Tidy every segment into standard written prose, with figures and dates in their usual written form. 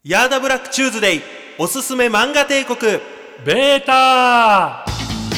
ヤーダブラックチューズデイおすすめ漫画帝国ベータ。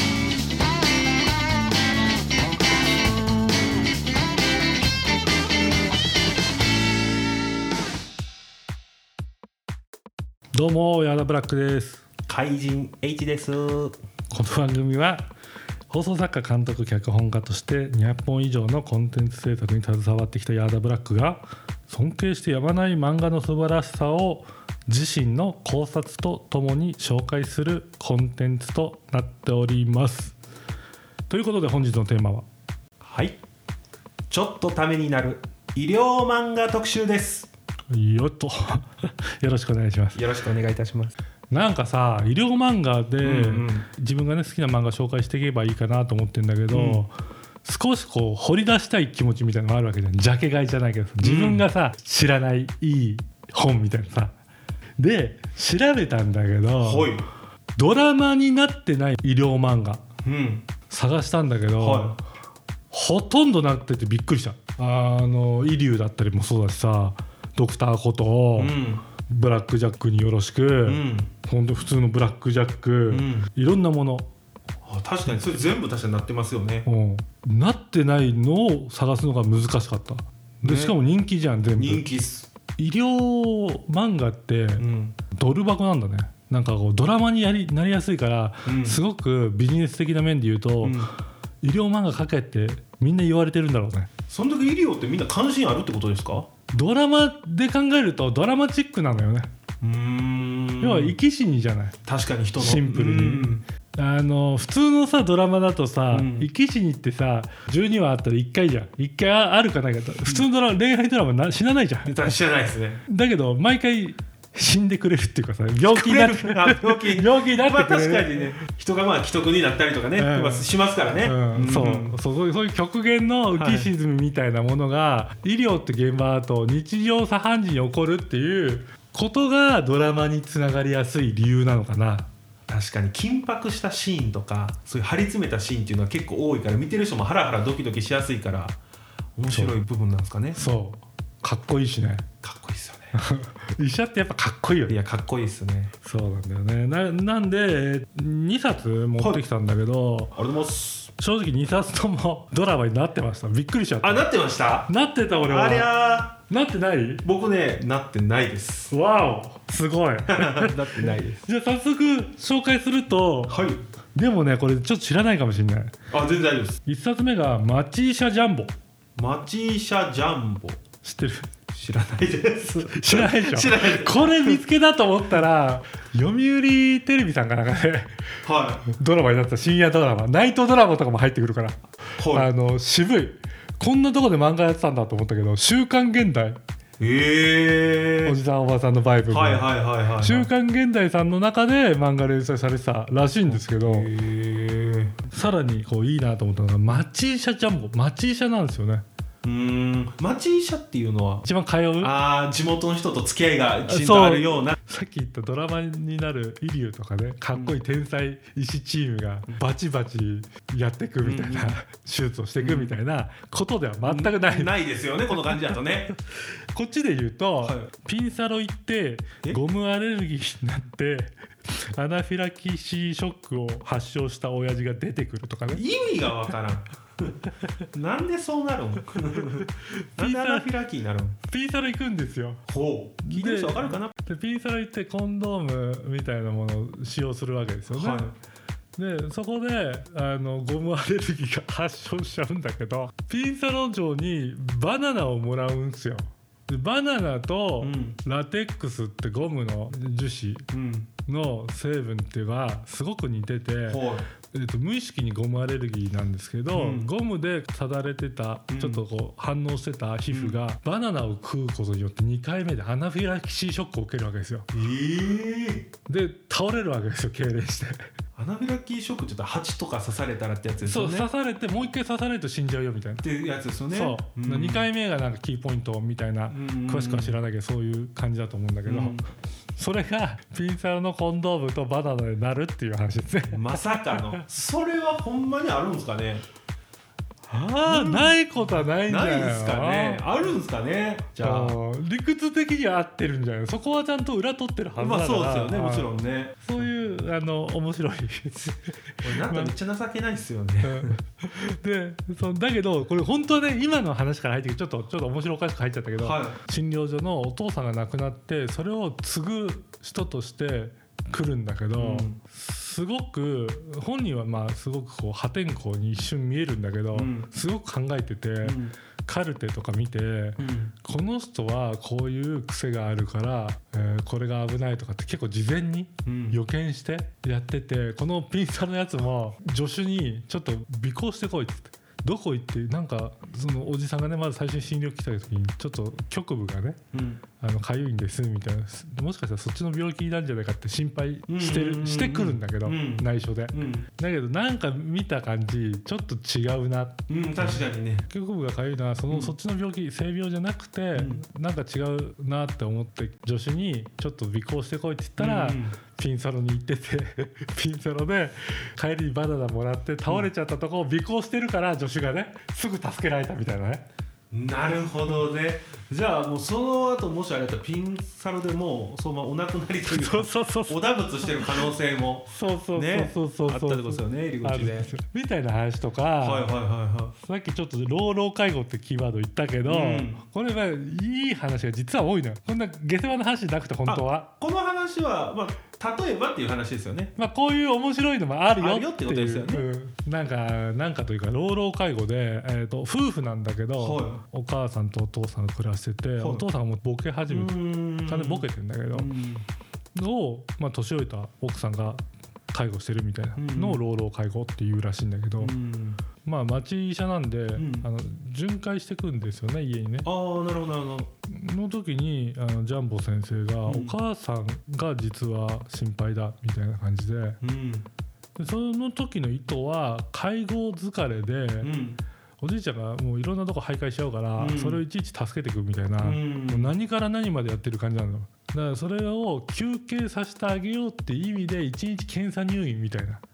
どうもヤーダブラックです。 怪人 H です。 この番組は放送作家監督脚本家として200本以上のコンテンツ制作に携わってきたヤーダブラックが尊敬してやまない漫画の素晴らしさを自身の考察とともに紹介するコンテンツとなっております。ということで本日のテーマは、 はいちょっとためになる医療漫画特集です。 よっとよろしくお願いします。 よろしくお願いいたします。 なんかさ、医療漫画で自分がね好きな漫画紹介していけばいいかなと思ってるんだけど、少しこう掘り出したい気持ちみたいなのがあるわけじゃん。ジャケ買いじゃないけど自分がさ、知らないいい本みたいなさで調べたんだけど、ドラマになってない医療漫画、探したんだけど、ほとんどなっててびっくりした。イリュウだったりもそうだしさ、ドクターこと、ブラックジャックによろしく、ほんと普通のブラックジャック、いろんなもの、 確かにそれ全部確かになってますよね。 なってないのを探すのが難しかったで、しかも人気じゃん。全部人気っす。 医療漫画って、ドル箱なんだね。なんかこうドラマになりやすいから、すごくビジネス的な面で言うと、医療漫画描けってみんな言われてるんだろうね。 その時医療ってみんな関心あるってことですか？ ドラマで考えるとドラマチックなのよね。要は生き死にじゃない。 確かに人のシンプルに、普通のさドラマだとさ、生き死にってさ12話あったら1回じゃん。1回あるかないかと。普通の恋愛ドラマ死なないじゃん。 知らないですね。 だけど毎回死んでくれるっていうかさ、病気になってくれる。 確かにね、人が既得になったりとかね、しますからね。 そういう極限の浮き沈みみたいなものが、医療って現場だと日常茶飯事に起こるっていうことがドラマにつながりやすい理由なのかな。 確かに緊迫したシーンとかそういう張り詰めたシーンっていうのは結構多いから、見てる人もハラハラドキドキしやすいから面白い部分なんですかね。 そうかっこいいしね。 かっこいいですよね医者ってやっぱかっこいいよね。 いやかっこいいですね。 そうなんだよね。なんで2冊持ってきたんだけど、 ありがとうございます。 正直2冊ともドラマになってました。びっくりしちゃった。 なってました？ なってた。俺はありゃなってない？ 僕ねなってないです。 わおすごいなってないですじゃあ早速紹介すると、でもねこれちょっと知らないかもしれない。 全然大丈夫です。 1冊目がマチーシャジャンボ。 マチーシャジャンボ知ってる？ 知らないです。 知らないでしょ。 知らないです。 これ見つけたと思ったら読売テレビさんかなんかで、ドラマになった。深夜ドラマ、ナイトドラマとかも入ってくるから、渋い。こんなとこで漫画やってたんだと思ったけど、週刊現代、おじさんおばさんのバイブル、週刊現代さんの中で漫画連載されてたらしいんですけど、さらにこういいなと思ったのがマチーシャジャンボ。マチーシャなんですよね。 マチーシャっていうのは一番通う地元の人と付き合いがきちんとあるような。 さっき言ったドラマになるイリュウとかね、かっこいい天才医師チームがバチバチやっていくみたいな、手術をしていくみたいなことでは全くない、 ないですよねこの感じだとねこっちで言うと、ピンサロ行ってゴムアレルギーになってアナフィラキシーショックを発症した親父が出てくるとかね。 意味がわからんなんでそうなるんなんでアナフィラキーになるん。 ピンサロ行くんですよ。 聞いてる人わかるかな。 でピンサロ行ってコンドームみたいなものを使用するわけですよね。でそこでゴムアレルギーが発症しちゃうんだけど、ピンサロ錠にバナナをもらうんですよ。でバナナとラテックスってゴムの樹脂の成分っていうのはすごく似てて、無意識にゴムアレルギーなんですけど、ゴムでただれてた、ちょっとこう反応してた皮膚が、バナナを食うことによって2回目でアナフィラキシーショックを受けるわけですよ。で倒れるわけですよ、痙攣して。 アナフィラキーショックって言ったら蜂とか刺されたらってやつですよね。 そう刺されてもう一回刺されると死んじゃうよみたいなっていうやつですよね。 そう、2回目がなんかキーポイントみたいな、詳しくは知らないけどそういう感じだと思うんだけど、それがピンサロのコンドームとバナナでなるっていう話ですね。 まさかのそれはほんまにあるんですかね。 ないことはないんじゃないの？ ないですかね。あるんですかね。じゃあ理屈的には合ってるんじゃないの？そこはちゃんと裏取ってるはずだから。 そうですよね、もちろんね。 そういう面白いこれなんかめっちゃ情けないですよね。 でだけどこれ本当はね、今の話から入ってきてちょっと面白おかしく入っちゃったけど、診療所のお父さんが亡くなってそれを継ぐ人として来るんだけど、すごく本人はすごくこう破天荒に一瞬見えるんだけど、すごく考えてて、カルテとか見て、この人はこういう癖があるから、これが危ないとかって結構事前に予見してやってて、このピンサのやつも助手にちょっと尾行してこいって言って。どこ行ってなんかそのおじさんがね、まず最初に診療来た時にちょっと局部がね、かゆいんですみたいな、もしかしたらそっちの病気なんじゃないかって心配してくるんだけど、内緒で、だけどなんか見た感じちょっと違うな、 確かにね、 局部がかゆいのはそっちの病気、性病じゃなくて、なんか違うなって思って助手にちょっと尾行してこいって言ったら、ピンサロに行っててピンサロで帰りにバナナもらって倒れちゃったとこを尾行してるから助手がねすぐ助けられたみたいなね。 なるほどね。じゃあもうその後もしあれだったらピンサロでもうそのままお亡くなりというかお打仏してる可能性もあったってことですよね、入り口でみたいな話とか、さっきちょっと老老介護ってキーワード言ったけど、これはいい話が実は多いのよ。こんな下世話な話じゃなくて本当はこの話は例えばっていう話ですよね。 こういう面白いのもあるよっていう、 ことですよね。 なんかというか老老介護で、夫婦なんだけど、お母さんとお父さんが暮らしてて、お父さんがもうボケ始めて完全にボケてんだけどを、年老いた奥さんが介護してるみたいなのを老老介護っていうらしいんだけど、町医者なんで、巡回してくんですよね、家にね。 なるほどなるほど。 の時にジャンボ先生が、お母さんが実は心配だみたいな感じで、でその時の意図は介護疲れで、おじいちゃんがもういろんなとこ徘徊しちゃうから、それをいちいち助けていくみたいな、もう何から何までやってる感じなの。だからそれを休憩させてあげようっていう意味で一日検査入院みたいな。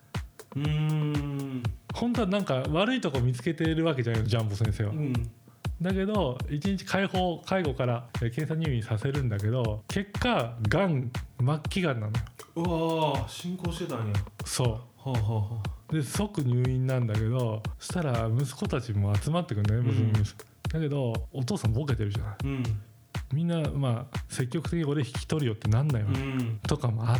本当はなんか悪いとこ見つけてるわけじゃないの、ジャンボ先生は。だけど一日介護から検査入院させるんだけど、結果がん末期がんなのよ。 うわ、進行してたんや。 そうで即入院なんだけど、そしたら息子たちも集まってくるんだよね、だけどお父さんボケてるじゃない、みんな積極的に俺引き取るよってなんないわ、とかもあって、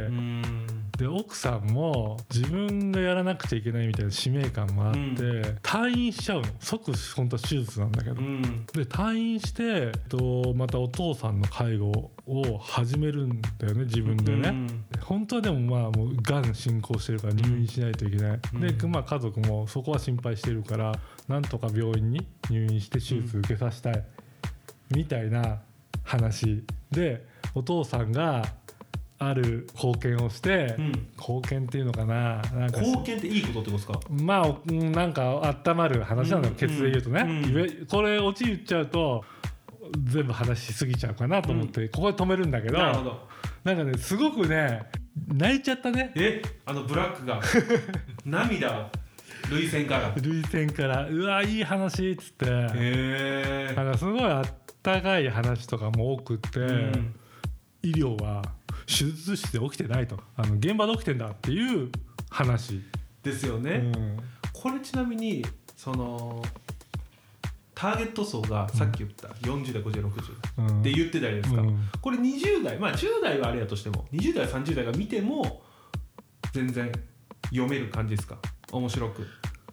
で奥さんも自分がやらなくちゃいけないみたいな使命感もあって、退院しちゃうの。即本当は手術なんだけど、で退院してまたお父さんの介護を始めるんだよね、自分でね。本当はでももうがん進行してるから入院しないといけない、で家族もそこは心配してるからなんとか病院に入院して手術受けさせたい、みたいな話で、お父さんがある貢献をして、貢献っていうのかな、 貢献っていいことってことですか？ なんか温まる話なのよ、ケツで言うとね、これオチ言っちゃうと全部話しすぎちゃうかなと思って、ここで止めるんだけど、なんかねすごくね泣いちゃったね。 ブラックが涙涙腺からうわいい話っつって、すごいあったかい話とかも多くて、医療は手術室で起きてないと、現場で起きてんだっていう話ですよね、これちなみにそのターゲット層がさっき言った40代50代60代って言ってたじゃないですか、これ20代10代はあれやとしても20代30代が見ても全然読める感じですか？面白く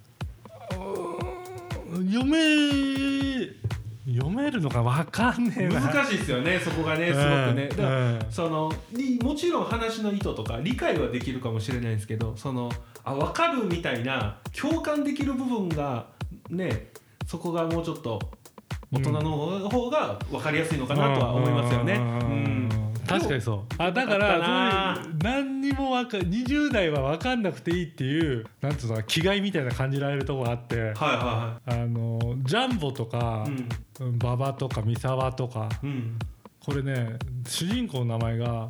読めるのか分かんねえな。 難しいですよね、そこがね、すごくね。だからもちろん話の意図とか理解はできるかもしれないですけど、分かるみたいな共感できる部分がね、そこがもうちょっと大人の方が分かりやすいのかなとは思いますよね。 確かにそう。だから何にも20代は分かんなくていいっていうなんていうの気概みたいな感じられるところがあって、ジャンボとか、馬場とか三沢とか、これね主人公の名前が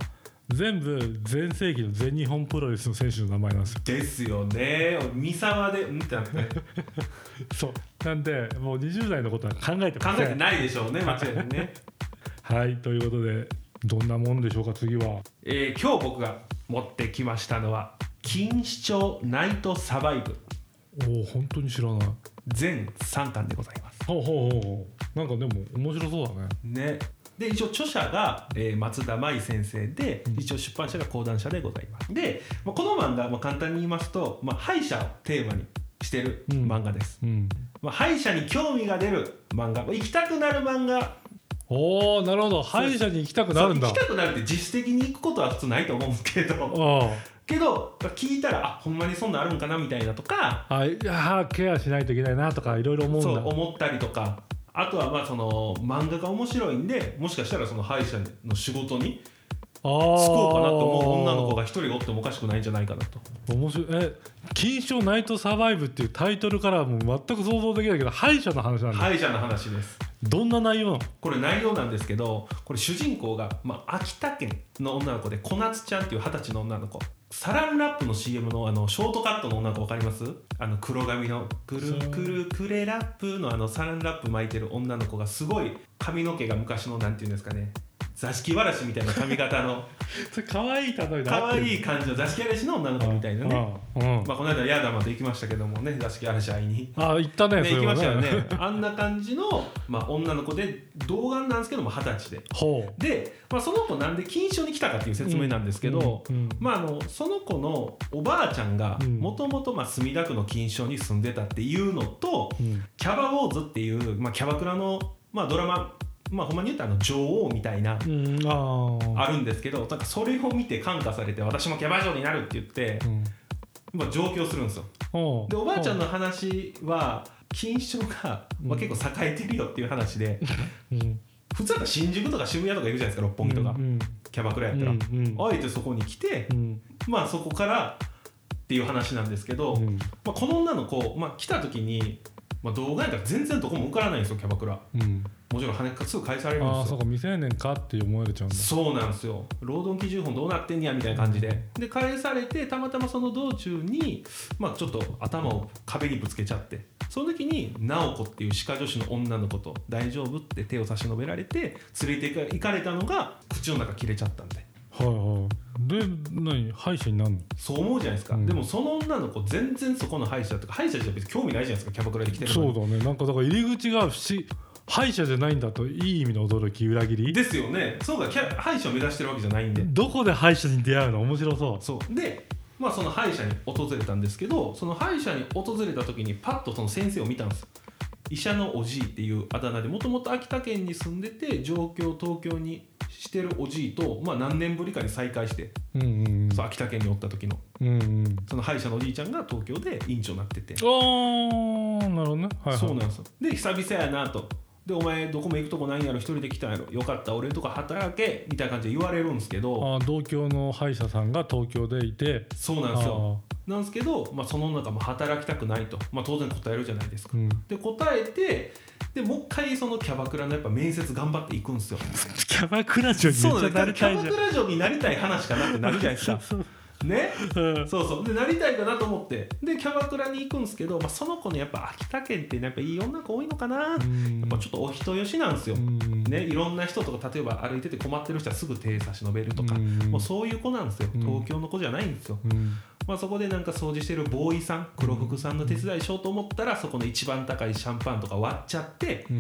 全部全盛期の全日本プロレスの選手の名前なんですよ。 ですよね。三沢でってなってそうなんでもう20代のことは考えてないでしょうね、間違いないね。 はいということでどんなもんでしょうか次は。 今日僕が持ってきましたのは錦糸町ナイトサバイブ。 おお本当に知らない。 全3巻でございます。 ほうほうほう。なんかでも面白そうだね。 ね。で一応著者が、松田舞先生で、一応出版社が講談社でございます。で、この漫画、簡単に言いますと、歯医者をテーマにしてる漫画です。歯医者に興味が出る漫画、行きたくなる漫画。 おおなるほど。歯医者に行きたくなるんだ。 行きたくなるって実質的に行くことは普通ないと思うんですけど聞いたらほんまにそんなあるんかなみたいなとか、 ケアしないといけないなとかいろいろ思うんだ。 そう思ったりとか、あとはその漫画が面白いんで、もしかしたらその歯医者の仕事に就こうかなと思う女の子が一人おってもおかしくないんじゃないかなと。 面白い。錦糸町ナイトサバイブっていうタイトルからはもう全く想像できないけど、歯医者の話なんだ。 歯医者の話です。 どんな内容なの？ これ内容なんですけど、これ主人公が、秋田県の女の子で小夏ちゃんっていう20歳の女の子。サランラップの CM のショートカットの女の子分かります？黒髪のくるくるくれラップのサランラップ巻いてる女の子が、すごい髪の毛が昔のなんていうんですかね、座敷わらしみたいな髪型のそれ可愛い例えだ。 可愛い感じの座敷わらしの女の子みたいなね。この間ヤダまで行きましたけどもね、座敷わらし会いに行ったね。 行きましたよね。あんな感じの、女の子で童顔なんですけども20歳で。で、その子なんで錦糸町に来たかっていう説明なんですけど、その子のおばあちゃんがもともと墨田区の錦糸町に住んでたっていうのと、キャバウォーズっていう、キャバクラの、ドラマ、ほんまに言ったら女王みたいな、あるんですけど、なんかそれを見て感化されて、私もキャバ嬢になるって言って、上京するんですよ。でおばあちゃんの話は錦糸町が、結構栄えてるよっていう話で、普通だったら新宿とか渋谷とか行くじゃないですか、六本木とか、キャバクラやったら、あえてそこに来て、そこからっていう話なんですけど、この女の子、来た時に、動画やったら全然どこも受からないんですよ、キャバクラ。もちろんすぐ返されるんですよ。 そうか、未成年かって思われちゃうんだ。 そうなんですよ。労働基準法どうなってんやみたいな感じで、返されて、たまたまその道中に、ちょっと頭を壁にぶつけちゃって、その時に直子っていう歯科助手の女の子と大丈夫って手を差し伸べられて連れて行かれたのが、口の中切れちゃったんで。 で歯医者になるの？ そう思うじゃないですか。でもその女の子全然そこの歯医者とか、歯医者じゃ別に興味ないじゃないですか、キャバクラで来てるのに。 そうだね。なんかだから入り口が歯医者じゃないんだと、いい意味の驚き、裏切りですよね。そうか、歯医者を目指してるわけじゃないんで。 どこで歯医者に出会うの？面白そう。 そうで、その歯医者に訪れたんですけど、その歯医者に訪れた時にパッとその先生を見たんです。医者のおじいっていうあだ名で、もともと秋田県に住んでて上京東京にしてるおじいと、何年ぶりかに再会して、そう秋田県におった時の、その歯医者のおじいちゃんが東京で院長になってて。 なるほどね。 そうなんですよ。で久々やなと。でお前どこも行くとこないんやろ、一人で来たんやろ、よかった俺とか働けみたいな感じで言われるんですけど、 同郷の歯医者さんが東京でいて。 そうなんですよ。なんですけど、その中も働きたくないと、当然答えるじゃないですか。で答えて、でもう一回そのキャバクラのやっぱ面接頑張っていくんですよ。 キャバクラ嬢にめっちゃなりたいじゃん。 キャバクラ嬢になりたい話かなってなるじゃないですか。ね、そうでなりたいかなと思ってでキャバクラに行くんですけど、その子ねやっぱ秋田県ってやっぱいい女の子多いのかな、やっぱちょっとお人よしなんですよ、ね、いろんな人とか例えば歩いてて困ってる人はすぐ手差し伸べるとか、もうそういう子なんですよ。東京の子じゃないんですよ。そこでなんか掃除してるボーイさん、黒服さんの手伝いしようと思ったら、そこの一番高いシャンパンとか割っちゃって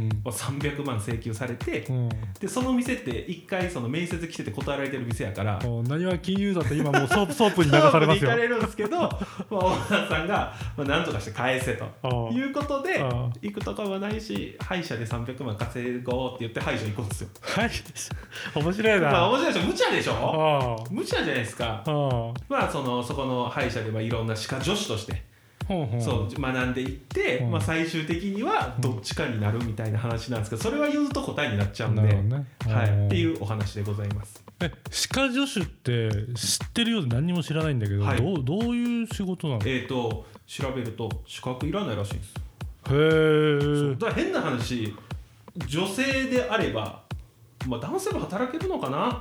、300万請求されて、でその店って一回その面接来てて断られてる店やから、 何は金融だと今もうソープに流されますよ。 ソープに行かれるんですけど、オーナーさんが何とかして返せということで、行くとこはないし歯医者で300万稼ごうって言って歯医者行くんですよ。 面白いな。 面白いでしょ。無茶でしょ。無茶じゃないですか。そこの歯医者でいろんな歯科助手としてそう学んでいって、最終的にはどっちかになるみたいな話なんですけど、それは言うと答えになっちゃうんで、っていうお話でございます。 歯科助手って知ってるようで何にも知らないんだけど、どういう仕事なの？ 調べると資格いらないらしいんです。だから変な話、女性であれば、男性も働けるのかな。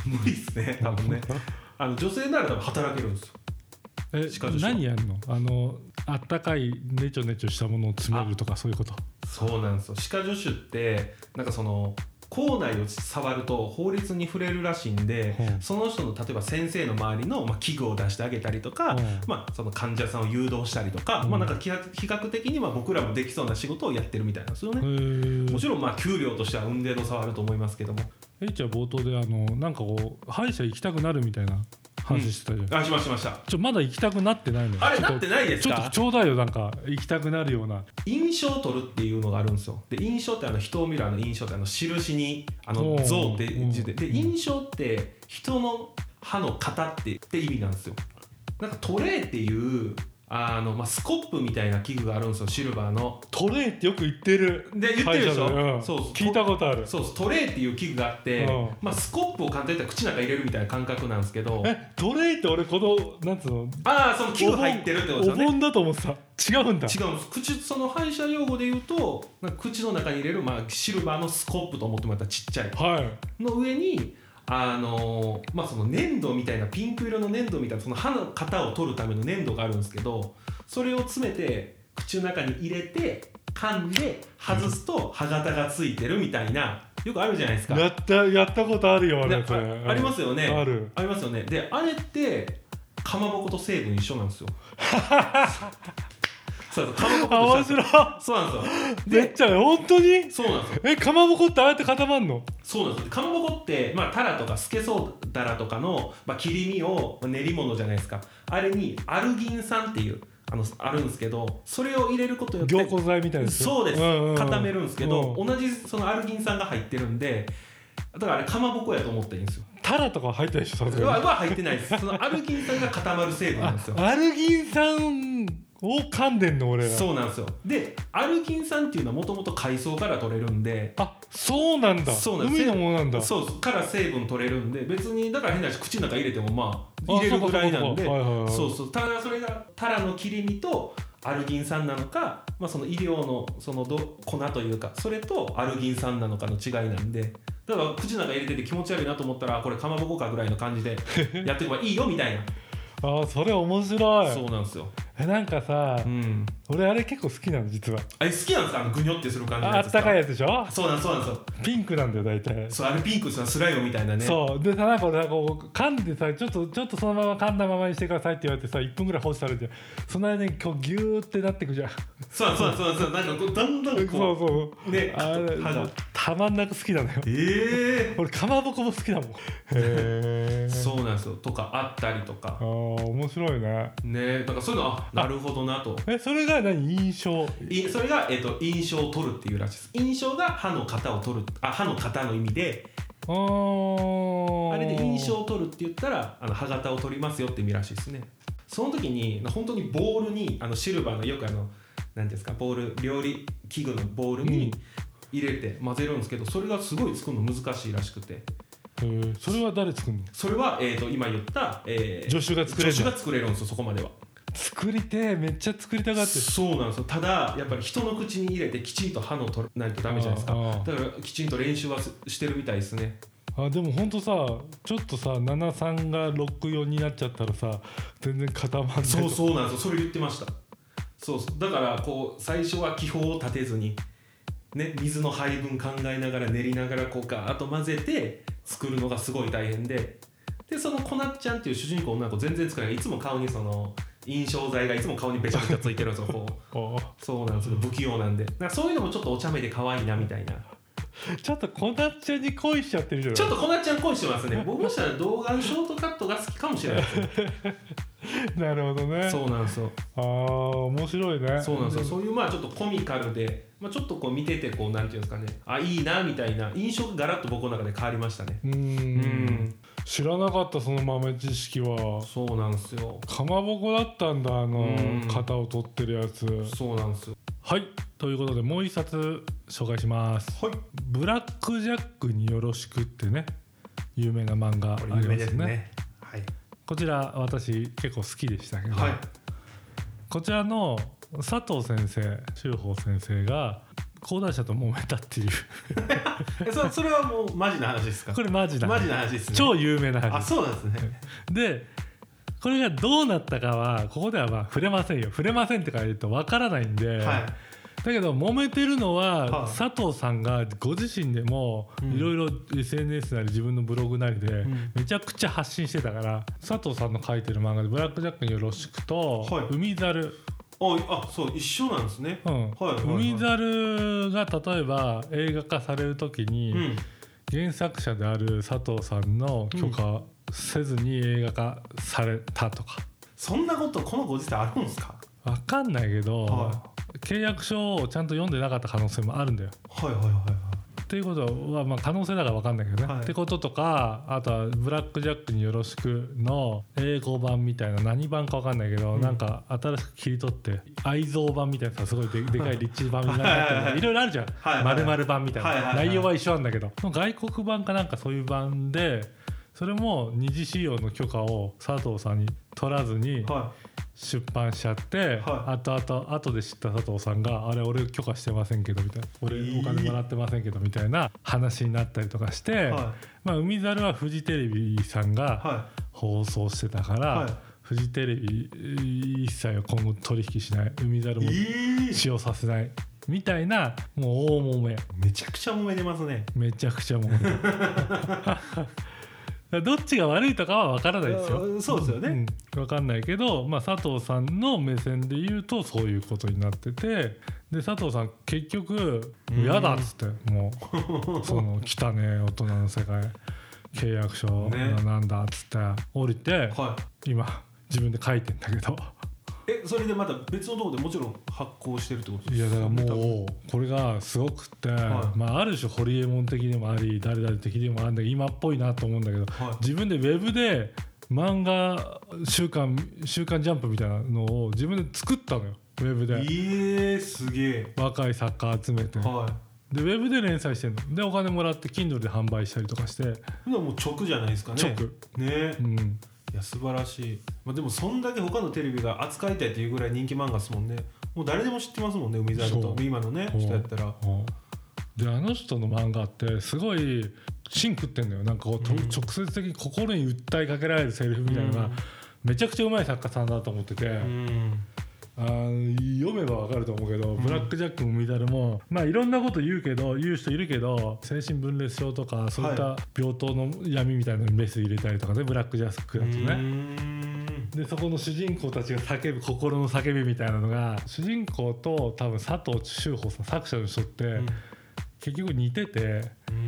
無理っすね多分ね女性なら多分働けるんですよ。 何やるの？あったかいネチョネチョしたものを詰めるとかそういうこと？ そうなんですよ。歯科助手ってなんかその口内を触ると法律に触れるらしいんで、その人の例えば先生の周りの、器具を出してあげたりとか、その患者さんを誘導したりとか、なんか比較的に僕らもできそうな仕事をやってるみたいなんですよね。もちろん給料としては運程度差はあると思いますけども。 H は冒頭でなんかこう歯医者行きたくなるみたいな話してたじゃん。 しました。 まだ行きたくなってないの？ あれなってないですか？ ちょっとちょうだいよ、なんか行きたくなるような。 印象を取るっていうのがあるんですよ。で印象って人を見る印象って印に像って字で、印象って人の歯の型って意味なんですよ。なんかトレイっていうスコップみたいな器具があるんですよ。シルバーのトレイってよく言ってるで言ってるでしょ。そう聞いたことある。 そうトレイっていう器具があって、スコップを簡単に言ったら口の中入れるみたいな感覚なんですけど、 トレイって俺このなんつうの、 その器具入ってるってことですよね。 お盆だと思ってた。違うんだ。 違うんです。その歯医者用語で言うと口の中に入れる、シルバーのスコップと思ってもらったらちっちゃい、の上にその粘土みたいなピンク色の粘土みたいなその歯の型を取るための粘土があるんですけど、それを詰めて口の中に入れて噛んで外すと歯型がついてるみたいな、よくあるじゃないですか。 やったことあるよ。 ありますよね。 ありますよね。であれってかまぼこと成分一緒なんですよ。そうかまぼこと面白い。 そうなんですよ。 めっちゃ本当にそうなんですよ。 かまぼこってああやって固まんの？ そうなんですよ。かまぼこってタラとかスケソウダラとかの、切り身を練り物じゃないですか。あれにアルギン酸っていうあるんですけど、それを入れることによって凝固剤みたいな。 そうです、固めるんですけど、同じそのアルギン酸が入ってるんで、だからあれかまぼこやと思っていいんですよ。 タラとか入ってないでしょ。 は入ってないです。そのアルギン酸が固まる成分なんですよ。 アルギン酸を噛んでんの俺ら。 そうなんですよ。でアルギン酸っていうのはもともと海藻から取れるんで、 そうなんだ。海のものなんだ。 そうから成分取れるんで、別にだから変な話口の中入れても入れるぐらいなんで、そうただそれがタラの切り身とアルギン酸なのか、その医療のその粉というかそれとアルギン酸なのかの違いなんで、だから口の中入れてて気持ち悪いなと思ったらこれかまぼこかぐらいの感じでやっていけばいいよみたいな。 それ面白い。 そうなんですよ。 なんかさ、俺あれ結構好きなの実は。 あれ好きなんですか？グニョってする感じのやつですか？あったかいやつでしょ？ そうなんですよ。 ピンクなんだよ大体。 そう、あれピンクですよ。スライムみたいなね。 そうでさ、なんかこう噛んでさ、ちょっとそのまま噛んだままにしてくださいって言われてさ、1分ぐらい放置されて、その間にこうギューってなってくじゃん。 そうなんかこうだんだんこうそうね、あれたまんなく好きなのよ。俺かまぼこも好きだもん。 そうなんですよ。とかあったりとか。 面白いね。 ね、だからそういうのなるほどなと。 それが印象？ それが印象を取るっていうらしいです。印象が歯の型を取る、歯の型の意味で、あれで印象を取るって言ったら歯型を取りますよって意味らしいですね。その時に本当にボールにシルバーのよく何ですか、ボール料理器具のボールに入れて混ぜるんですけど、それがすごい作るの難しいらしくて。 それは誰作るの？ それは、今言った、 助手が作れるんですよ。そこまでは作りてめっちゃ作りたがって。 そうなんですよ。ただやっぱり人の口に入れてきちんと歯の取らないとダメじゃないですか。だからきちんと練習はしてるみたいですね。 でもほんとさ、ちょっとさ73が64になっちゃったらさ、全然固まんない。 そうなんですよ。それ言ってました。そうだからこう最初は気泡を立てずにね、水の配分考えながら練りながらこうガーッと混ぜて作るのがすごい大変で、そのこなっちゃんっていう主人公の女の子全然作れない。いつも顔にその印象剤がいつも顔にべちゃべちゃついてるんですよ。そうなんですよ。不器用なんで、そういうのもちょっとお茶目で可愛いなみたいな。 ちょっとこなっちゃんに恋しちゃってるじゃない。 ちょっとこなっちゃん恋してますね。僕もしたら動画のショートカットが好きかもしれないですね。 なるほどね。 そうなんですよ。 面白いね。 そうなんですよ。そういうちょっとコミカルで、ちょっとこう見ててこうなんていうんですかね、いいなみたいな印象がガラッと僕の中で変わりましたね。 知らなかった、その豆知識は。 そうなんですよ。 かまぼこだったんだ、型を取ってるやつ。 そうなんですよ。 はい、ということでもう一冊紹介します。 はい。 ブラックジャックによろしくってね、有名な漫画ありますね。 ですね。はい。 こちら私結構好きでしたけど、こちらの佐藤先生、修法先生が講談社と揉めたっていうそれはもうマジな話ですか？ これマジな話ですね。 超有名な話。 あ、そうなんですね。 でこれがどうなったかはここではまあ触れませんよ。触れませんってか言うとわからないんで、はい、だけど揉めてるのは佐藤さんがご自身でもいろいろ SNS なり自分のブログなりでめちゃくちゃ発信してたから、佐藤さんの書いてる漫画でブラックジャックによろしくと海猿、 あ、そう一緒なんですね。 海猿が例えば映画化される時に原作者である佐藤さんの許可せずに映画化されたとか、 そんなことこのご時世あるんですか？ 分かんないけど、契約書をちゃんと読んでなかった可能性もあるんだよ。っていうことはまあ可能性だから分かんないけどね、ってこととか、あとはブラックジャックによろしくの英語版みたいな、何版か分かんないけど、なんか新しく切り取って愛蔵版みたいなさ、すごい でかいリッチ版になってるいろいろあるじゃん、丸々版みたいな、内容は一緒なんだけど、外国版かなんかそういう版で、それも二次使用の許可を佐藤さんに取らずに出版しちゃって、後で知った佐藤さんが、あれ俺許可してませんけどみたいな、俺お金もらってませんけどみたいな話になったりとかして、まあ、海猿はフジテレビさんが放送してたから、フジテレビ一切は今後取引しない、海猿も使用させないみたいな、もう大揉め。 めちゃくちゃ揉めてますね。 めちゃくちゃ揉めどっちが悪いとかは分からないですよ。 そうですよね、 分かんないけど、まあ、佐藤さんの目線で言うとそういうことになってて、で佐藤さん結局嫌だっつって、もうその汚ねえ大人の世界契約書なんだっつって降りて、今自分で書いてんだけど、 それでまた別のところでもちろん発行してるってことですか？いやだからもうこれがすごくって、まあ、ある種ホリエモン的でもあり誰々的でもあるんだけど、今っぽいなと思うんだけど、自分でウェブで漫画週刊ジャンプみたいなのを自分で作ったのよ、ウェブで。 すげえ。 若い作家集めて、でウェブで連載してんので、お金もらって Kindle で販売したりとかして。 もう直じゃないですかね。 直ね、 いや素晴らしい。でもそんだけ他のテレビが扱いたいというぐらい人気漫画ですもんね。もう誰でも知ってますもんね、海猿と今のね人やったら。 であの人の漫画ってすごい芯食ってんのよ。なんかこう、直接的に心に訴えかけられるセリフみたいなのがめちゃくちゃうまい作家さんだと思ってて、読めば分かると思うけど、ブラックジャックも海猿も、まあいろんなこと言う人いるけど、精神分裂症とかそういった病棟の闇みたいなのにメス入れたりとかね、ブラックジャックだとね。でそこの主人公たちが叫ぶ心の叫びみたいなのが、主人公と多分佐藤秀峰さん作者の人って、結局似てて、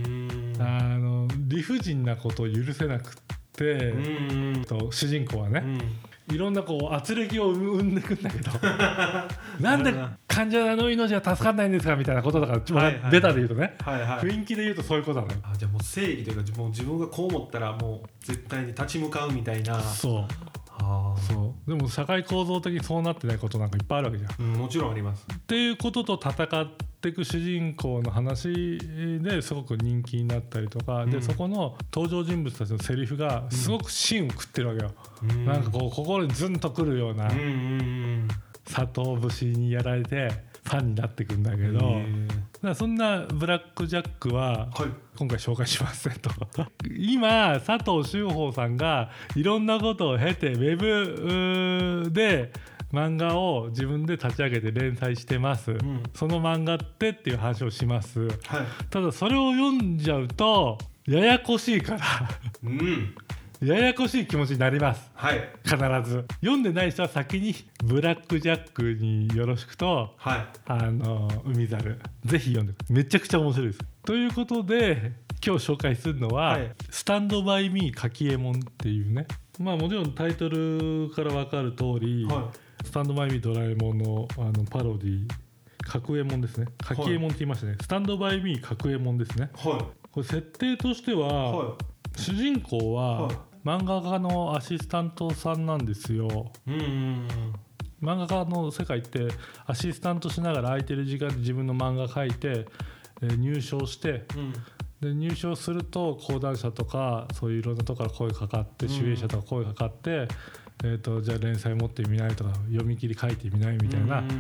理不尽なことを許せなくて、主人公はね、いろんなこう圧力を生んでいくんだけどなんで患者の命は助かんないんですかみたいなことだから、ベタで言うとね、雰囲気で言うとそういうことなのよ。 じゃあもう正義というか、もう自分がこう思ったらもう絶対に立ち向かうみたいな。 そうでも社会構造的にそうなってないことなんかいっぱいあるわけじゃん、 もちろんあります。 っていうことと戦っていく主人公の話ですごく人気になったりとか、でそこの登場人物たちのセリフがすごく芯を食ってるわけよ、なんかこう心にズンとくるような、佐藤節にやられてファンになっていくんだけど、だからそんなブラックジャックは今回紹介しませんと今佐藤秀峰さんがいろんなことを経てウェブで漫画を自分で立ち上げて連載してます、その漫画っていう話をします、ただそれを読んじゃうとややこしいからややこしい気持ちになります、必ず。読んでない人は先にブラックジャックによろしくと、海猿ぜひ読んで、めちゃくちゃ面白いです。ということで今日紹介するのは、スタンドバイミーかきえもんっていうね、まあもちろんタイトルから分かる通り、スタンドバイミードラえもんのパロディかくえもんですね。かきえもんって言いましたね、スタンドバイミーかくえもんですね、これ設定としては、主人公は、漫画家のアシスタントさんなんですよ。漫画家の世界ってアシスタントしながら空いてる時間で自分の漫画描いて、入賞して、で入賞すると講談社とかそういういろんなところから声かかって、集英社とか声かかって、じゃあ連載持ってみないとか読み切り書いてみないみたいな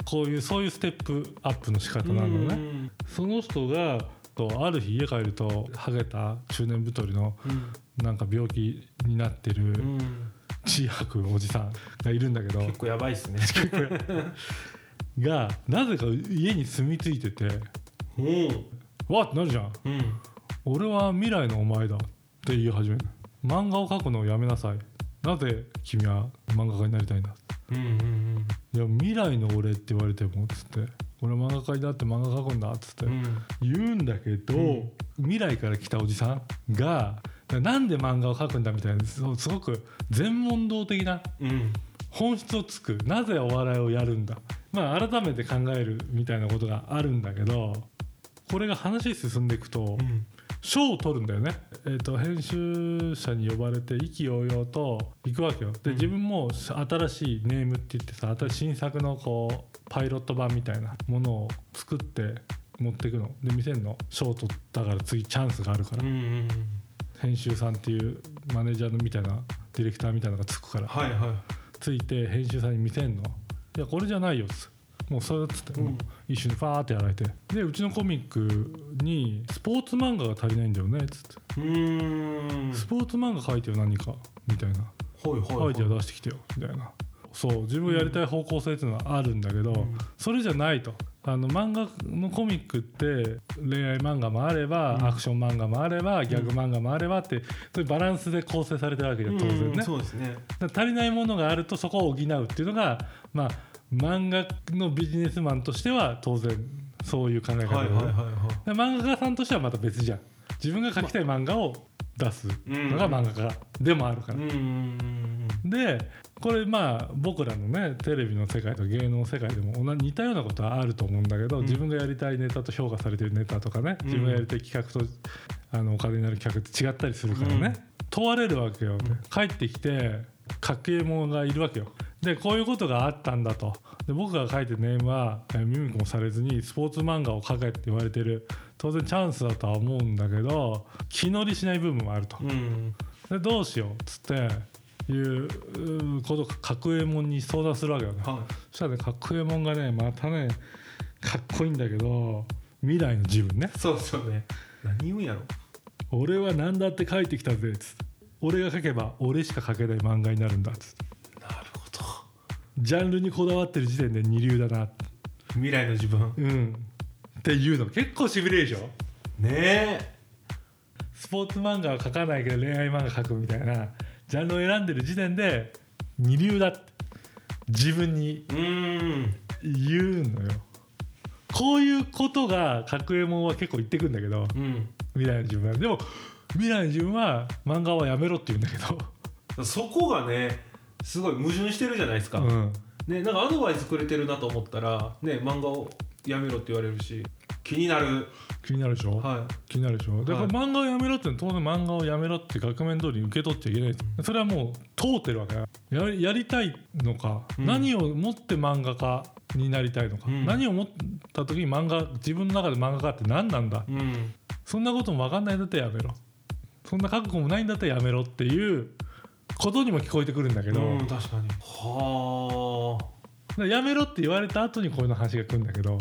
こういうそういうステップアップの仕方なのね。その人がある日家帰るとハゲた中年太りのなんか病気になってる血吐くおじさんがいるんだけど、 結構やばいっすねがなぜか家に住み着いてて、わってなるじゃん、俺は未来のお前だって言い始める。漫画を描くのをやめなさい、なぜ君は漫画家になりたいんだ、いや未来の俺って言われてもつって、俺は漫画家になって漫画描くんだっつって言うんだけど、未来から来たおじさんがなんで漫画を描くんだみたいな、すごく全問答的な本質をつく、なぜお笑いをやるんだ、まあ改めて考えるみたいなことがあるんだけど、これが話進んでいくと賞を取るんだよね。編集者に呼ばれて意気揚々と行くわけよ。で自分も新しいネームって言ってさ、新しい新作のこうパイロット版みたいなものを作って持っていくので見せるの。賞取ったから次チャンスがあるから、編集さんっていうマネージャーのみたいなディレクターみたいなのがつくから、ついて編集さんに見せんの。いやこれじゃないよっつって、もうそれっつって、一緒にファーってやられて、でうちのコミックにスポーツ漫画が足りないんだよねっつって、スポーツ漫画書いてよ何かみたいな、アイデア出してきてよみたいな。そう自分がやりたい方向性っていうのはあるんだけど、それじゃないと。漫画のコミックって恋愛漫画もあれば、アクション漫画もあればギャグ漫画もあればって、そういうバランスで構成されてるわけじゃん当然ね。 そうですね。 だから足りないものがあるとそこを補うっていうのがまあ漫画のビジネスマンとしては当然そういう考え方で、漫画家さんとしてはまた別じゃん。自分が描きたい漫画を出すのが漫画家でもあるから、でこれまあ僕らのねテレビの世界と芸能の世界でも似たようなことはあると思うんだけど、自分がやりたいネタと評価されてるネタとかね、自分がやりたい企画とお金になる企画って違ったりするからね、問われるわけよ。帰ってきて格上者がいるわけよ。でこういうことがあったんだと。で僕が書いてるネームは耳もされずにスポーツ漫画を書けって言われてる、当然チャンスだとは思うんだけど気乗りしない部分もあると、でどうしようっつっていうことを格上門に相談するわけよね、そしたらね格上門がねまたねかっこいいんだけど、未来の自分ね、 そうね、何言うんやろ、 俺は何だって書いてきたぜっつって、俺が書けば俺しか書けない漫画になるんだっつって、 なるほど、 ジャンルにこだわってる時点で二流だな、 未来の自分っていうの結構しびれるでしょねえ。 スポーツ漫画は書かないけど恋愛漫画書くみたいなジャンルを選んでる時点で二流だって自分に言うのよ。こういうことが格右衛門は結構言ってくんだけど、未来の自分はでも未来の自分は漫画はやめろって言うんだけど、そこがねすごい矛盾してるじゃないですか、ね、なんかアドバイスくれてるなと思ったら、ね、漫画をやめろって言われるし気になるでしょ、気になるでしょ。だから漫画をやめろって当然漫画をやめろって額面通りに受け取っちゃいけない、それはもう通ってるわけだ。やりたいのか、何をもって漫画家になりたいのか、何を持った時に自分の中で漫画家って何なんだ、そんなことも分かんないんだったらやめろ、そんな覚悟もないんだったらやめろっていうことにも聞こえてくるんだけど、 確かにはあやめろって言われた後にこういうの話が来るんだけど、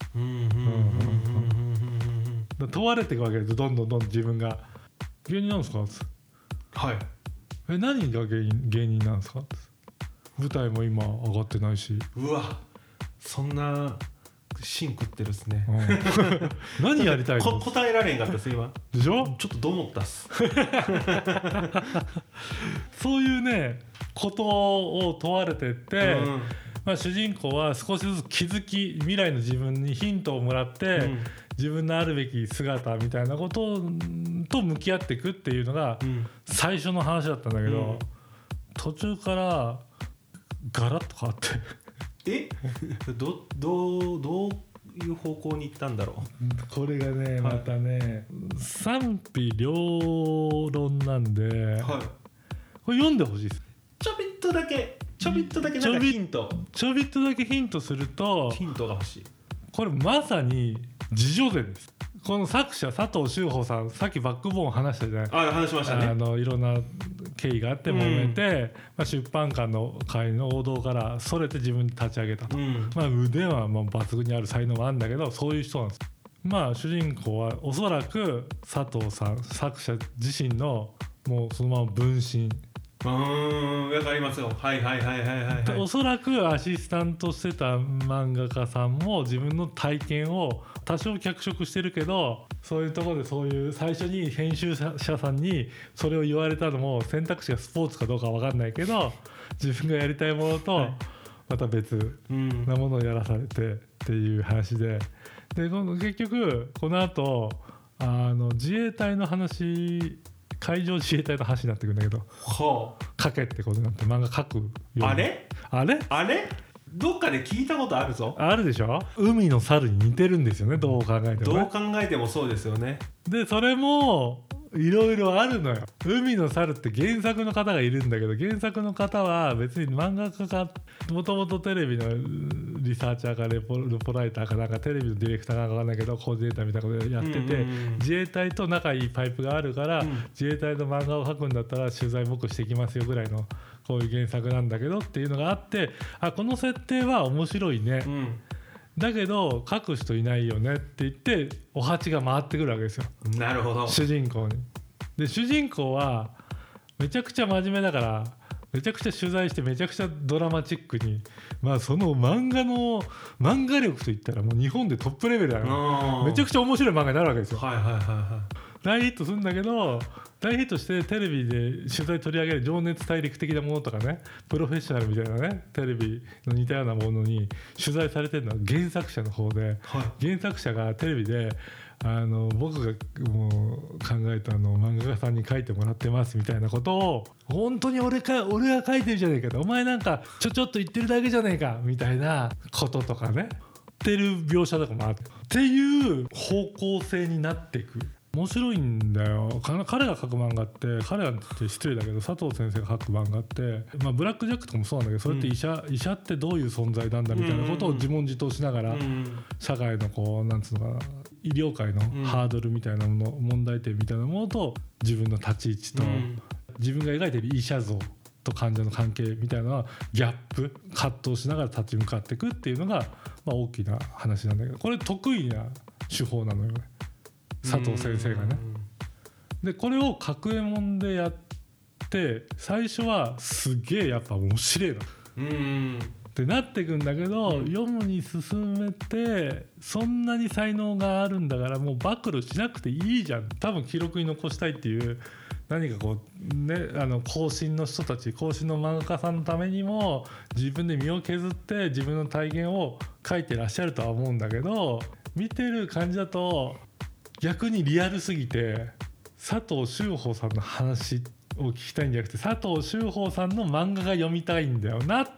問われていくわけです。どんどん自分が芸人なんですか、何が芸人なんですか、舞台も今上がってないし、 うわそんな芯食ってるっすね、 何やりたいの答えられんかったっす今でしょ、 ちょっとどう思ったっすそういうねことを問われてって、主人公は少しずつ気づき未来の自分にヒントをもらって、自分のあるべき姿みたいなことと向き合っていくっていうのが最初の話だったんだけど、途中からガラッと変わってどういう方向に行ったんだろう。 これがねまたね、賛否両論なんで、これ読んでほしいです。 ちょびっとだけなんかヒントちょびっとだけヒントすると、 ヒントが欲しい。 これまさに自叙伝です。この作者佐藤修穂さん、さっきバックボーン話したじゃない。 話しましたね。 いろんな経緯があって揉めて、出版界の王道からそれて自分で立ち上げたと、腕はもう抜群にある才能はあるんだけど、そういう人なんです。主人公はおそらく佐藤さん作者自身のもうそのまま分身。 わかりますよ。はいはいはいはいはい、 おそらくアシスタントしてた漫画家さんも自分の体験を多少脚色してるけど、そういうところでそういう最初に編集者さんにそれを言われたのも選択肢がスポーツかどうか分かんないけど、自分がやりたいものとまた別なものをやらされてっていう話で、結局この後自衛隊の話、海上自衛隊の話になってくるんだけど、書けってことになって漫画書くように。あれどっかで聞いたことあるぞ。 あるでしょ。海の猿に似てるんですよね、どう考えても、 どう考えてもそうですよね。 でそれもいろいろあるのよ。海の猿って原作の方がいるんだけど、原作の方は別に漫画家がもともとテレビのリサーチャーかレポライターかなんかテレビのディレクターか分かんないけどコーディネーターみたいなことやってて、自衛隊と仲いいパイプがあるから、自衛隊の漫画を描くんだったら取材僕してきますよぐらいのこういう原作なんだけどっていうのがあって、この設定は面白いね、だけど書く人いないよねって言ってお鉢が回ってくるわけですよ。 なるほど。 主人公に。で主人公はめちゃくちゃ真面目だから、めちゃくちゃ取材してめちゃくちゃドラマチックに、その漫画力といったらもう日本でトップレベルだよ。めちゃくちゃ面白い漫画になるわけですよ。大ヒットするんだけど、大ヒットしてテレビで取材取り上げる情熱大陸的なものとかね、プロフェッショナルみたいなねテレビの似たようなものに取材されてるのは原作者の方で、原作者がテレビで僕がもう考えた漫画家さんに書いてもらってますみたいなことを、本当に俺が書いてるじゃねえかと、お前なんかちょっと言ってるだけじゃねえかみたいなこととかね、ってる描写とかもあってっていう方向性になっていく。面白いんだよ。彼が書く漫画って、彼はって失礼だけど佐藤先生が書く漫画って、ブラックジャックとかもそうなんだけど、それって医者ってどういう存在なんだみたいなことを自問自答しながら、社会のこうなんつうのかな、医療界のハードルみたいなもの、問題点みたいなものと自分の立ち位置と、自分が描いている医者像と患者の関係みたいなギャップ葛藤しながら立ち向かっていくっていうのが、大きな話なんだけど、これ得意な手法なのよね、佐藤先生がね。でこれを角右衛門でやって最初はすげえやっぱ面白いのってなってくんだけど、読むに進めてそんなに才能があるんだからもう暴露しなくていいじゃん、多分記録に残したいっていう何かこうね、後進の人たち、後進の漫画家さんのためにも自分で身を削って自分の体験を書いてらっしゃるとは思うんだけど、見てる感じだと逆にリアルすぎて佐藤秀峰さんの話を聞きたいんじゃなくて、佐藤秀峰さんの漫画が読みたいんだよなって。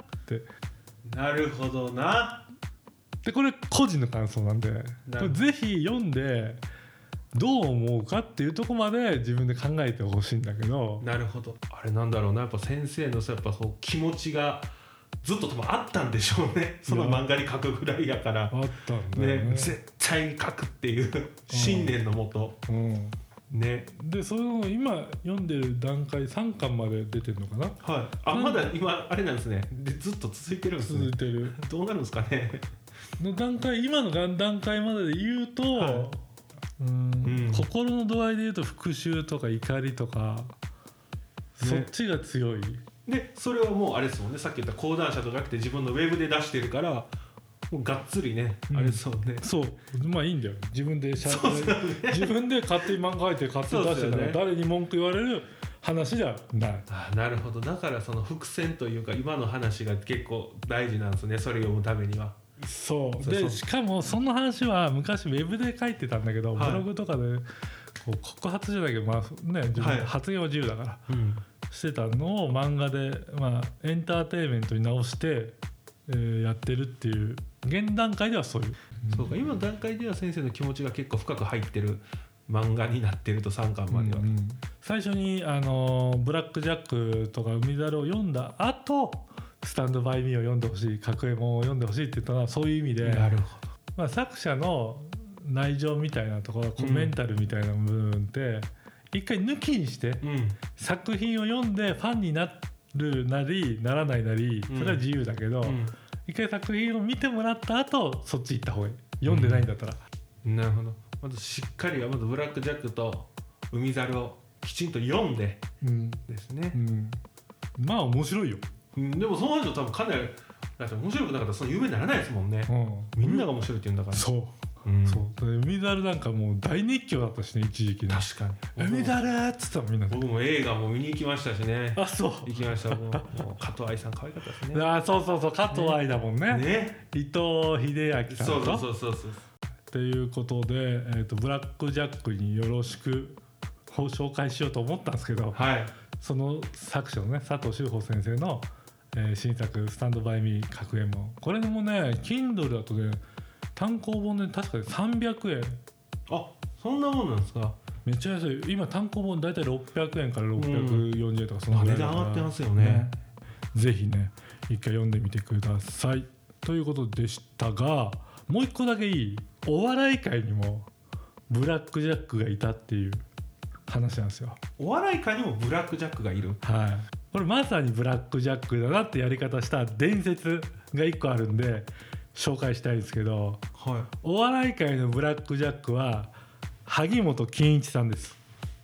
なるほどな。 でこれ個人の感想なんで、これぜひ読んでどう思うかっていうところまで自分で考えてほしいんだけど。 なるほど。あれなんだろうな、やっぱ先生のさ、やっぱそう気持ちがずっと多分あったんでしょうね。その漫画に書くぐらいやからあったんだよね、 絶対に書くっていう信念のもと、ね。 でその今読んでる段階3巻まで出てるのかな。 まだ今あれなんですね。でずっと続いてるんですね。 続いてる。 どうなるんですかね。 の段階、今の段階までで言うと、心の度合いで言うと復讐とか怒りとか、そっちが強い。 でそれはもうあれですもんね、さっき言った講談社とかじゃなくて自分のウェブで出してるからもうがっつりね、あれそうね。 そういいんだよ、自分で自分で勝手に漫画描いて勝手に出してたら誰に文句言われる話じゃない。 なるほど。だからその伏線というか今の話が結構大事なんですね、それを読むためには。 そうで、しかもその話は昔ウェブで書いてたんだけど、ブログとかでこう告発じゃないけど、自分発言は自由だから、してたのを漫画で、エンターテインメントに直して、やってるっていう現段階ではそういう、 そうか、今の段階では先生の気持ちが結構深く入ってる漫画になってると3巻までは、 最初にブラックジャックとか海猿を読んだ後スタンドバイミーを読んでほしい、角右衛門を読んでほしいって言ったのはそういう意味で。 なるほど。 作者の内情みたいなところ、メンタルみたいな部分って一回抜きにして、作品を読んでファンになるなりならないなりそれは自由だけど、一回作品を見てもらった後そっち行った方がいい、読んでないんだったら。 なるほど。まずしっかりまずブラックジャックと海猿をきちんと読んでですね、 まあ面白いよ。 でもその後多分かなりだって面白くなかったらその有名にならないですもんね、みんなが面白いって言うんだから。 そうそう海猿なんかもう大熱狂だったしね、一時期ね。 確かに海猿っつったのみんなで。 僕も映画も見に行きましたしね。 あ、そう行きました。もう加藤愛さん可愛かったですね。 あ、そうそうそう、加藤愛だもんね。伊藤英明さんと。 そうということで、ブラックジャックによろしく紹介しようと思ったんですけど、その作者のね佐藤修穂先生の、新作スタンドバイミー格言も、これもね Kindle だとね単行本で確かに300円。 あ、そんなもんなんですか。 めっちゃ安い。今単行本だいたい600円から640円とかその値段上がってますよね。 ぜひね一回読んでみてくださいということでしたが、もう一個だけいい？お笑い界にもブラックジャックがいたっていう話なんですよ。 お笑い界にもブラックジャックがいる。 はい。これまさにブラックジャックだなってやり方した伝説が1個あるんで紹介したいんですけど、お笑い界のブラックジャックは萩本欽一さんです。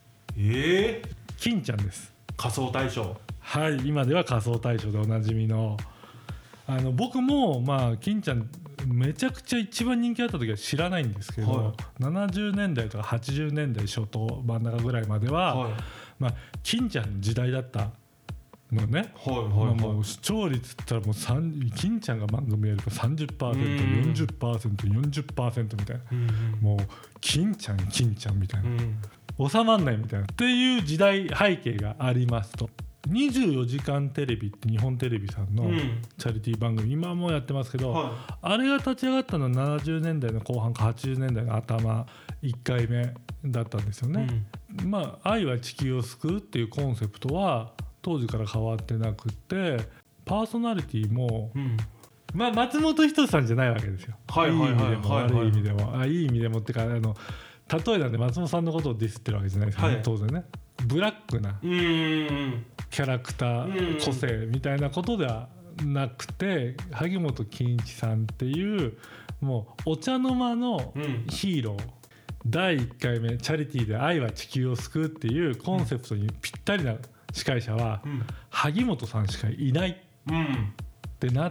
金ちゃんです。 仮装大賞。 はい、今では仮装大賞でおなじみの僕も金ちゃんめちゃくちゃ一番人気あった時は知らないんですけど、70年代とか80年代初頭真ん中ぐらいまでは、金ちゃんの時代だったのね。もう視聴率って言ったらもう金ちゃんが番組やると 30%、40%、40% みたいな、もう金ちゃんみたいな、収まんないみたいなっていう時代背景がありますと。24時間テレビって日本テレビさんのチャリティー番組、今もやってますけど、あれが立ち上がったのは70年代の後半か80年代の頭1回目だったんですよね。愛は地球を救うっていうコンセプトは当時から変わってなくて、パーソナリティも、松本人志さんじゃないわけですよ。いい意味でも悪い意味でも、いい意味でもってか例えなんで松本さんのことをディスってるわけじゃないですかね、当然ね。ブラックなキャラクター個性みたいなことではなくて、萩本欽一さんっていうもうお茶の間のヒーロー、第1回目チャリティーで愛は地球を救うっていうコンセプトにぴったりな司会者は萩本さんしかいないってなって、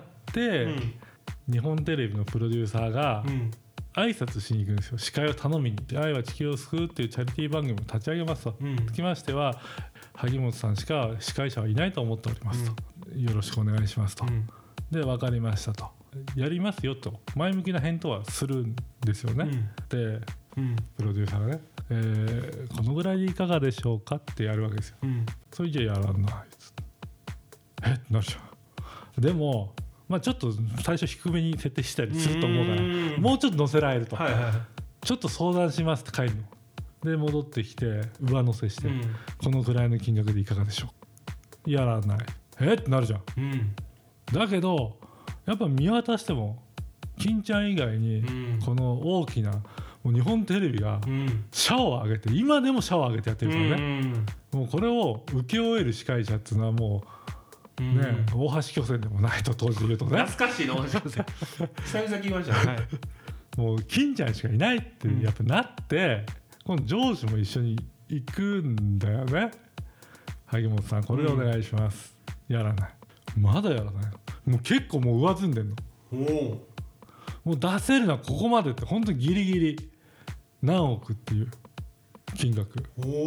日本テレビのプロデューサーが挨拶しに行くんですよ。司会を頼みに。愛は地球を救うっていうチャリティー番組を立ち上げますと、つきましては萩本さんしか司会者はいないと思っておりますと、よろしくお願いしますと、で分かりましたと、やりますよと前向きな返答はするんですよね。で、プロデューサーがね、このぐらいでいかがでしょうかってやるわけですよ。それじゃやらないっつって、ってなるじゃん。でもちょっと最初低めに設定したりすると思うから、もうちょっと乗せられると、ちょっと相談しますって帰るので、戻ってきて上乗せして、このぐらいの金額でいかがでしょう、やらない、ってなるじゃん。だけどやっぱ見渡しても金ちゃん以外にこの大きなもう日本テレビが社を挙げて、今でも社を挙げてやってるからね、もうこれを請け負える司会者っていうのはもう大橋巨泉でもないと、当時で言うとね。 懐かしいの大橋巨泉久々聞きましたね。 もう金ちゃんしかいないってやっぱなって、今度上司も一緒に行くんだよね。萩本さんこれでお願いします、やらない、まだやらない、もう結構もう上積んでんの。もう出せるのはここまでって、本当にギリギリ何億っていう金額。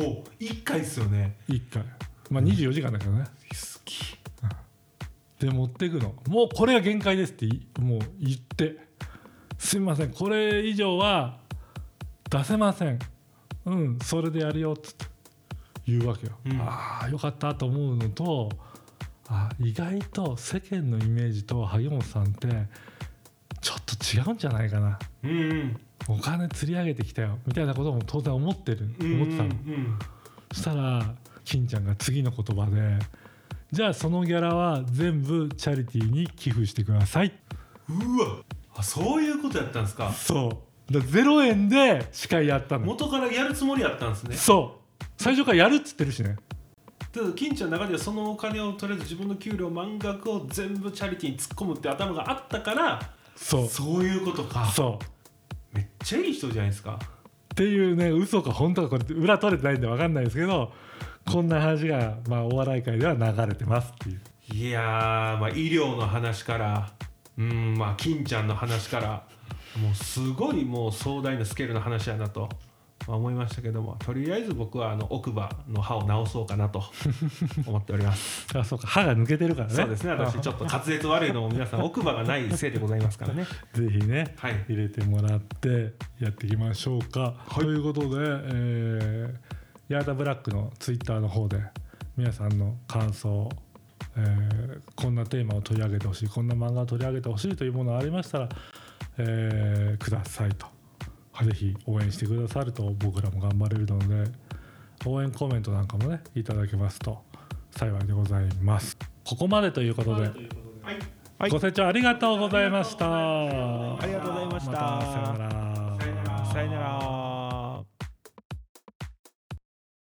1回ですよね。 1回24時間だけどね。 好きで持っていくの、もうこれが限界ですってもう言って、すみませんこれ以上は出せません、それでやるよっつって言うわけよ。よかったと思うのと、意外と世間のイメージと萩本さんってちょっと違うんじゃないかな、お金釣り上げてきたよみたいなことも当然思ってたの。そしたら金ちゃんが次の言葉で、じゃあそのギャラは全部チャリティーに寄付してください。 そういうことやったんですか。 そうだ、0円で司会やったの。 元からやるつもりやったんですね。 そ最初からやるっつってるしね。 ただ金ちゃんの中ではそのお金をとりあえず自分の給料満額を全部チャリティーに突っ込むって頭があったから、そういうことか。そうめっちゃいい人じゃないですかっていうね、嘘か本当かこれ裏取れてないんで分かんないですけど、こんな話が、まあ、お笑い界では流れてますっていう。 いやー、まあ、医療の話からまあ、金ちゃんの話からもうすごいもう壮大なスケールの話やなと思いましたけども、とりあえず僕は奥歯の歯を直そうかなと思っておりますあ、そうか、歯が抜けてるからね。 そうですね、私ちょっと滑舌悪いのも皆さん奥歯がないせいでございますからねぜひね、はい、入れてもらってやっていきましょうか、はい、ということで、ヤーダブラックのツイッターの方で皆さんの感想、こんなテーマを取り上げてほしい、こんな漫画を取り上げてほしいというものがありましたら、くださいと。ぜひ応援してくださると僕らも頑張れるので、応援コメントなんかもねいただけますと幸いでございます。ここまでということで、はい、ご清聴ありがとうございました。 ありがとうございました。 またさよなら。 さよなら。